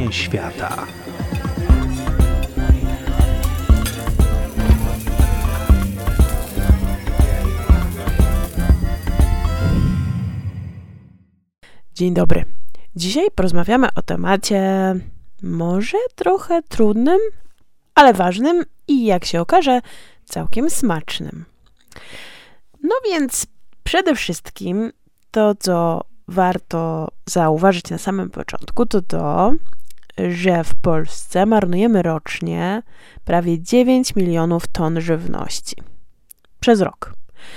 Planowanie świata. Dzień dobry. Dzisiaj porozmawiamy o temacie może trochę trudnym, ale ważnym i jak się okaże, całkiem smacznym. No więc przede wszystkim to, co warto zauważyć na samym początku, to, że w Polsce marnujemy rocznie prawie 9 milionów ton żywności. Przez rok.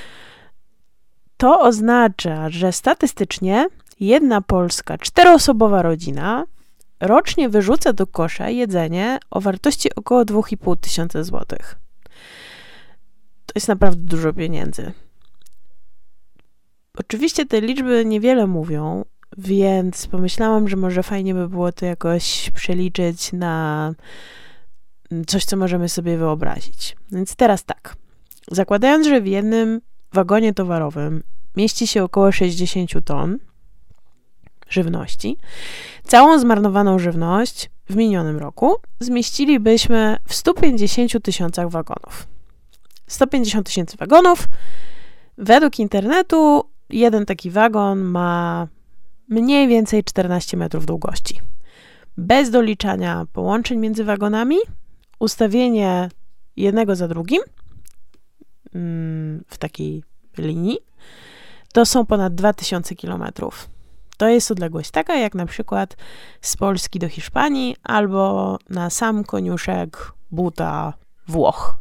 To oznacza, że statystycznie jedna polska 4-osobowa rodzina rocznie wyrzuca do kosza jedzenie o wartości około 2,5 tysiąca złotych. To jest naprawdę dużo pieniędzy. Oczywiście te liczby niewiele mówią, więc pomyślałam, że może fajnie by było to jakoś przeliczyć na coś, co możemy sobie wyobrazić. Więc teraz tak. Zakładając, że w jednym wagonie towarowym mieści się około 60 ton żywności, całą zmarnowaną żywność w minionym roku zmieścilibyśmy w 150 tysiącach wagonów. 150 tysięcy wagonów. Według internetu jeden taki wagon ma mniej więcej 14 metrów długości. Bez doliczania połączeń między wagonami, ustawienie jednego za drugim w takiej linii, to są ponad 2000 kilometrów. To jest odległość taka, jak na przykład z Polski do Hiszpanii albo na sam koniuszek buta Włoch.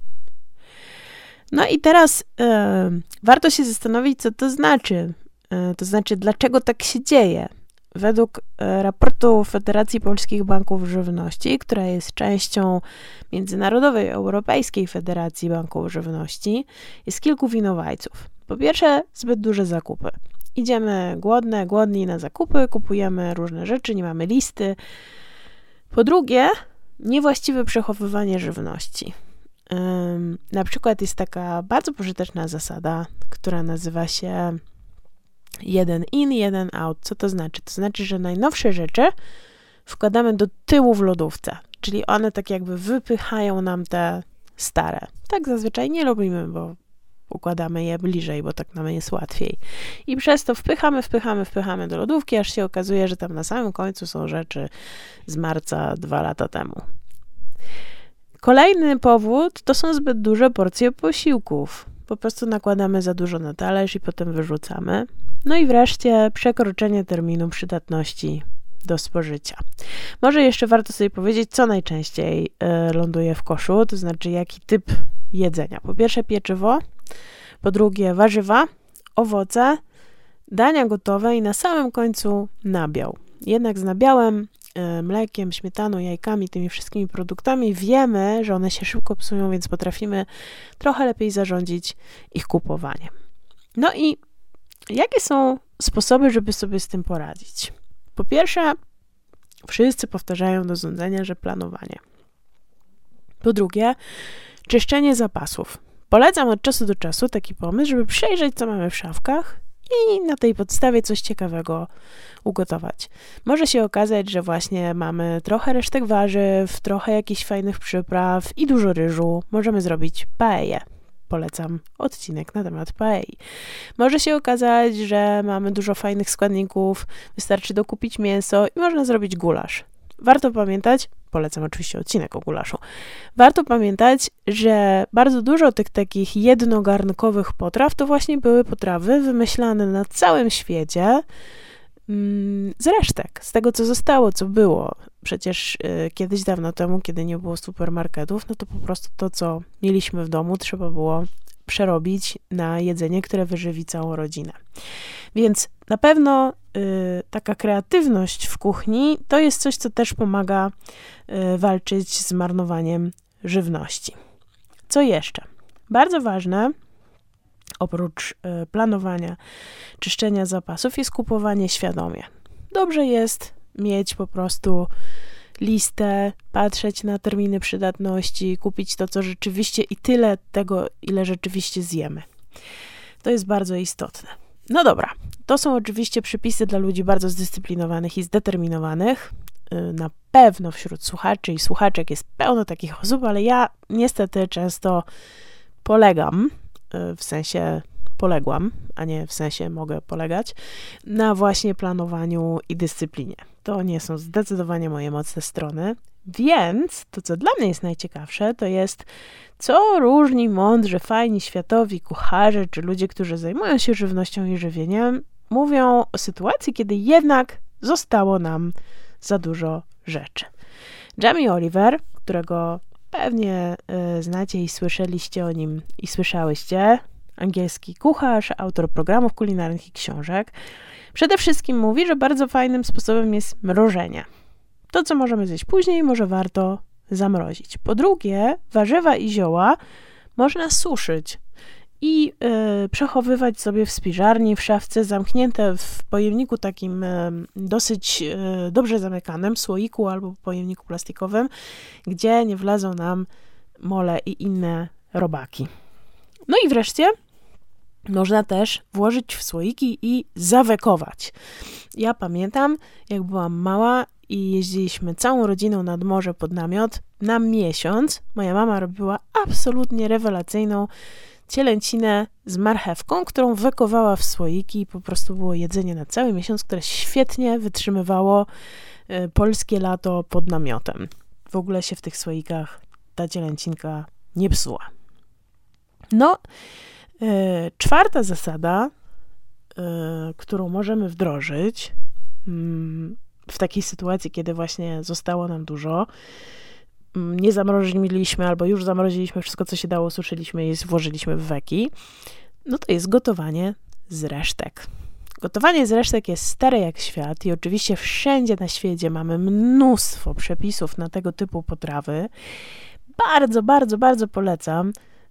No i teraz warto się zastanowić, co to znaczy. To znaczy, dlaczego tak się dzieje. Według raportu Federacji Polskich Banków Żywności, która jest częścią Międzynarodowej Europejskiej Federacji Banków Żywności, jest kilku winowajców. Po pierwsze, zbyt duże zakupy. Idziemy głodni na zakupy, kupujemy różne rzeczy, nie mamy listy. Po drugie, niewłaściwe przechowywanie żywności. Na przykład jest taka bardzo pożyteczna zasada, która nazywa się 1 in, 1 out. Co to znaczy? To znaczy, że najnowsze rzeczy wkładamy do tyłu w lodówce, czyli one tak jakby wypychają nam te stare. Tak zazwyczaj nie lubimy, bo układamy je bliżej, bo tak nam jest łatwiej. I przez to wpychamy do lodówki, aż się okazuje, że tam na samym końcu są rzeczy z marca 2 lata temu. Kolejny powód to są zbyt duże porcje posiłków. Po prostu nakładamy za dużo na talerz i potem wyrzucamy. No i wreszcie przekroczenie terminu przydatności do spożycia. Może jeszcze warto sobie powiedzieć, co najczęściej ląduje w koszu, to znaczy jaki typ jedzenia. Po pierwsze pieczywo, po drugie warzywa, owoce, dania gotowe i na samym końcu nabiał. Jednak z nabiałem, mlekiem, śmietaną, jajkami, tymi wszystkimi produktami wiemy, że one się szybko psują, więc potrafimy trochę lepiej zarządzić ich kupowaniem. No i jakie są sposoby, żeby sobie z tym poradzić? Po pierwsze, wszyscy powtarzają do znudzenia, że planowanie. Po drugie, czyszczenie zapasów. Polecam od czasu do czasu taki pomysł, żeby przejrzeć, co mamy w szafkach i na tej podstawie coś ciekawego ugotować. Może się okazać, że właśnie mamy trochę resztek warzyw, trochę jakichś fajnych przypraw i dużo ryżu. Możemy zrobić paellę. Polecam odcinek na temat paelli. Może się okazać, że mamy dużo fajnych składników, wystarczy dokupić mięso i można zrobić gulasz. Warto pamiętać, polecam oczywiście odcinek o gulaszu, warto pamiętać, że bardzo dużo tych takich jednogarnkowych potraw to właśnie były potrawy wymyślane na całym świecie z resztek, z tego, co zostało, co było. Przecież kiedyś dawno temu, kiedy nie było supermarketów, no to po prostu to, co mieliśmy w domu, trzeba było przerobić na jedzenie, które wyżywi całą rodzinę. Więc na pewno taka kreatywność w kuchni to jest coś, co też pomaga walczyć z marnowaniem żywności. Co jeszcze? Bardzo ważne, oprócz planowania, czyszczenia zapasów, jest kupowanie świadomie. Dobrze jest mieć po prostu listę, patrzeć na terminy przydatności, kupić to, co rzeczywiście i tyle tego, ile rzeczywiście zjemy. To jest bardzo istotne. No dobra, to są oczywiście przepisy dla ludzi bardzo zdyscyplinowanych i zdeterminowanych. na pewno wśród słuchaczy i słuchaczek jest pełno takich osób, ale ja niestety często polegam, w sensie poległam, a nie w sensie mogę polegać, na właśnie planowaniu i dyscyplinie. To nie są zdecydowanie moje mocne strony, więc to, co dla mnie jest najciekawsze, to jest, co różni mądrzy, fajni, światowi kucharze, czy ludzie, którzy zajmują się żywnością i żywieniem, mówią o sytuacji, kiedy jednak zostało nam za dużo rzeczy. Jamie Oliver, którego pewnie znacie i słyszeliście o nim i słyszałyście, angielski kucharz, autor programów kulinarnych i książek, przede wszystkim mówi, że bardzo fajnym sposobem jest mrożenie. To, co możemy zjeść później, może warto zamrozić. Po drugie, warzywa i zioła można suszyć i przechowywać sobie w spiżarni, w szafce, zamknięte w pojemniku takim dosyć dobrze zamykanym, słoiku albo pojemniku plastikowym, gdzie nie wlazą nam mole i inne robaki. No i wreszcie można też włożyć w słoiki i zawekować. Ja pamiętam, jak byłam mała i jeździliśmy całą rodziną nad morze pod namiot na miesiąc. Moja mama robiła absolutnie rewelacyjną cielęcinę z marchewką, którą wekowała w słoiki i po prostu było jedzenie na cały miesiąc, które świetnie wytrzymywało polskie lato pod namiotem. W ogóle się w tych słoikach ta cielęcinka nie psuła. No, czwarta zasada, którą możemy wdrożyć w takiej sytuacji, kiedy właśnie zostało nam dużo, nie zamroziliśmy albo już zamroziliśmy wszystko, co się dało, suszyliśmy i włożyliśmy w weki, no to jest gotowanie z resztek. Gotowanie z resztek jest stare jak świat i oczywiście wszędzie na świecie mamy mnóstwo przepisów na tego typu potrawy. Bardzo, bardzo, bardzo polecam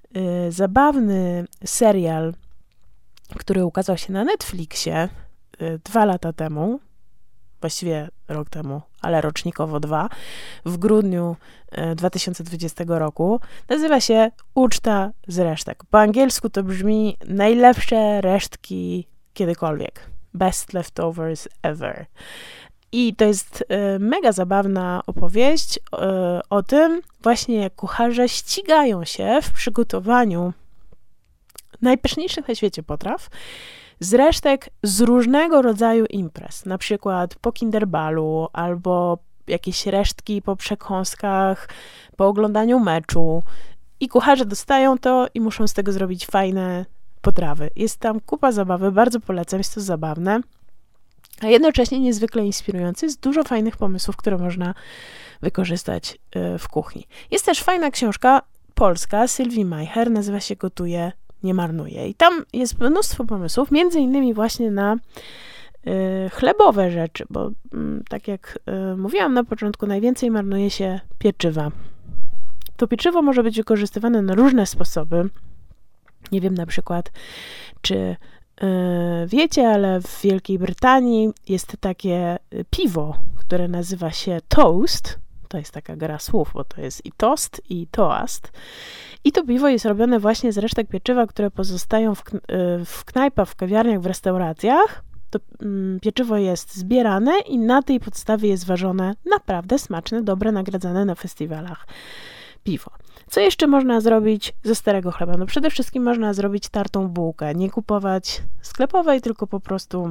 zabawny serial, który ukazał się na Netflixie 2 lata temu, właściwie rok temu, ale rocznikowo 2, w grudniu 2020 roku. Nazywa się Uczta z resztek. Po angielsku to brzmi najlepsze resztki kiedykolwiek. Best leftovers ever. I to jest mega zabawna opowieść o tym właśnie, jak kucharze ścigają się w przygotowaniu najpyszniejszych na świecie potraw z resztek z różnego rodzaju imprez, na przykład po Kinderbalu albo jakieś resztki po przekąskach, po oglądaniu meczu i kucharze dostają to i muszą z tego zrobić fajne potrawy. Jest tam kupa zabawy, bardzo polecam, jest to zabawne, a jednocześnie niezwykle inspirujące. Jest dużo fajnych pomysłów, które można wykorzystać w kuchni. Jest też fajna książka polska Sylwii Majcher, nazywa się Gotuje, nie marnuje. I tam jest mnóstwo pomysłów, między innymi właśnie na chlebowe rzeczy, bo tak jak mówiłam na początku, najwięcej marnuje się pieczywa. To pieczywo może być wykorzystywane na różne sposoby. Nie wiem na przykład, czy wiecie, ale w Wielkiej Brytanii jest takie piwo, które nazywa się Toast. To jest taka gra słów, bo to jest i toast, i toast. I to piwo jest robione właśnie z resztek pieczywa, które pozostają w knajpach, w kawiarniach, w restauracjach. To pieczywo jest zbierane i na tej podstawie jest ważone naprawdę smaczne, dobre, nagradzane na festiwalach piwo. Co jeszcze można zrobić ze starego chleba? No przede wszystkim można zrobić tartą bułkę. Nie kupować sklepowej, tylko po prostu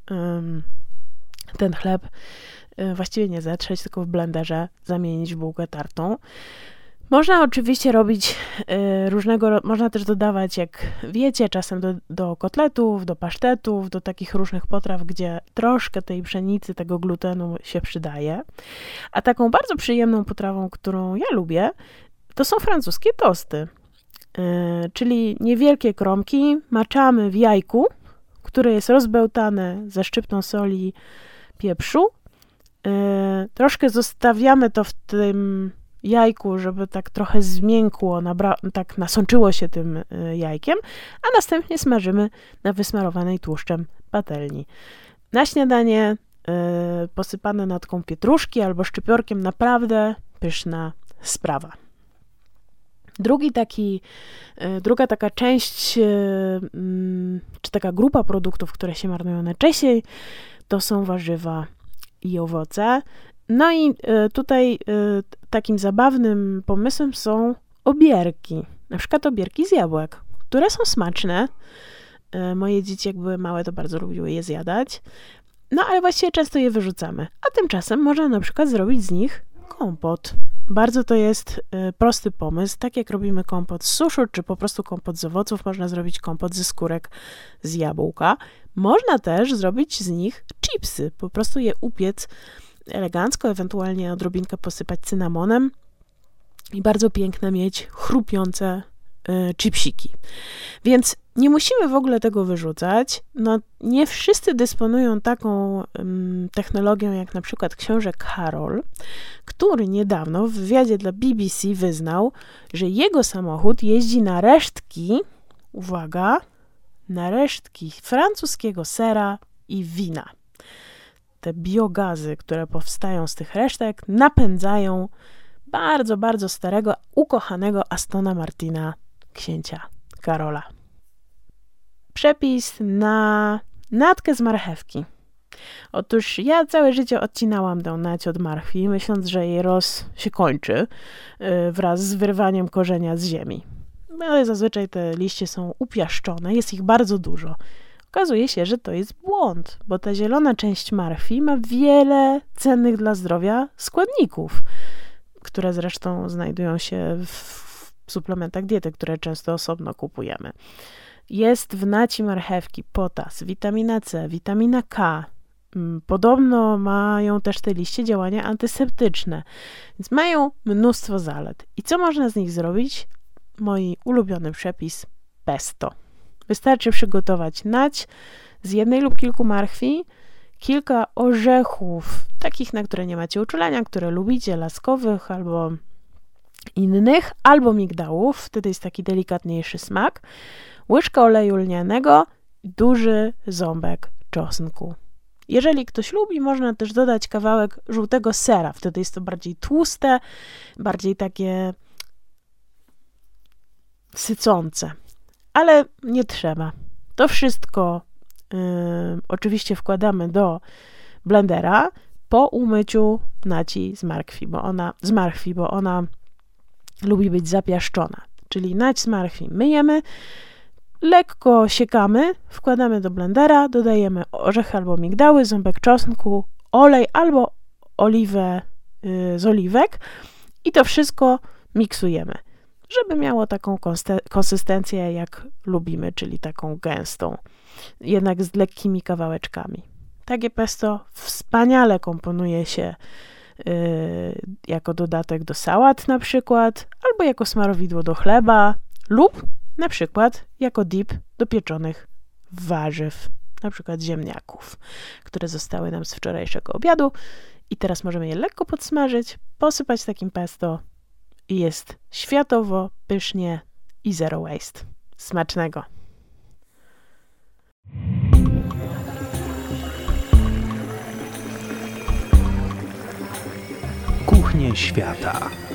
ten chleb właściwie nie zetrzeć, tylko w blenderze zamienić w bułkę tartą. Można oczywiście robić można też dodawać, jak wiecie, czasem do kotletów, do pasztetów, do takich różnych potraw, gdzie troszkę tej pszenicy, tego glutenu się przydaje. A taką bardzo przyjemną potrawą, którą ja lubię, to są francuskie tosty. Czyli niewielkie kromki maczamy w jajku, które jest rozbełtane ze szczyptą soli, pieprzu. Troszkę zostawiamy to w tym jajku, żeby tak trochę zmiękło, tak nasączyło się tym jajkiem, a następnie smażymy na wysmarowanej tłuszczem patelni. Na śniadanie posypane natką pietruszki albo szczypiorkiem, naprawdę pyszna sprawa. Druga taka część, czy taka grupa produktów, które się marnują najczęściej, to są warzywa i owoce. No i tutaj takim zabawnym pomysłem są obierki. Na przykład obierki z jabłek, które są smaczne. Moje dzieci, jak były małe, to bardzo lubiły je zjadać. No ale właściwie często je wyrzucamy. A tymczasem można na przykład zrobić z nich kompot. Bardzo to jest prosty pomysł. Tak jak robimy kompot z suszu, czy po prostu kompot z owoców, można zrobić kompot ze skórek z jabłka. Można też zrobić z nich chipsy. Po prostu je upiec elegancko, ewentualnie odrobinkę posypać cynamonem i bardzo piękne mieć chrupiące chipsiki. Więc nie musimy w ogóle tego wyrzucać. No, nie wszyscy dysponują taką technologią jak na przykład książę Karol, który niedawno w wywiadzie dla BBC wyznał, że jego samochód jeździ na resztki, uwaga, na resztki francuskiego sera i wina. Te biogazy, które powstają z tych resztek, napędzają bardzo, bardzo starego, ukochanego Astona Martina księcia Karola. Przepis na natkę z marchewki. Otóż ja całe życie odcinałam tę nać od marchwi, myśląc, że jej się kończy wraz z wyrwaniem korzenia z ziemi. Ale zazwyczaj te liście są upiaszczone, jest ich bardzo dużo. Okazuje się, że to jest błąd, bo ta zielona część marchwi ma wiele cennych dla zdrowia składników, które zresztą znajdują się w suplementach diety, które często osobno kupujemy. Jest w naci marchewki potas, witamina C, witamina K. Podobno mają też te liście działania antyseptyczne, więc mają mnóstwo zalet. I co można z nich zrobić? Mój ulubiony przepis pesto. Wystarczy przygotować nać z jednej lub kilku marchwi, kilka orzechów, takich, na które nie macie uczulenia, które lubicie, laskowych albo innych, albo migdałów, wtedy jest taki delikatniejszy smak, łyżka oleju lnianego i duży ząbek czosnku. Jeżeli ktoś lubi, można też dodać kawałek żółtego sera, wtedy jest to bardziej tłuste, bardziej takie sycące. Ale nie trzeba. To wszystko oczywiście wkładamy do blendera po umyciu naci z marchwi, bo ona lubi być zapiaszczona. Czyli nać z marchwi myjemy, lekko siekamy, wkładamy do blendera, dodajemy orzechy albo migdały, ząbek czosnku, olej albo oliwę z oliwek i to wszystko miksujemy, żeby miało taką konsystencję, jak lubimy, czyli taką gęstą, jednak z lekkimi kawałeczkami. Takie pesto wspaniale komponuje się jako dodatek do sałat na przykład, albo jako smarowidło do chleba, lub na przykład jako dip do pieczonych warzyw, na przykład ziemniaków, które zostały nam z wczorajszego obiadu i teraz możemy je lekko podsmażyć, posypać takim pesto i jest światowo, pysznie i zero waste. Smacznego! Kuchnie świata.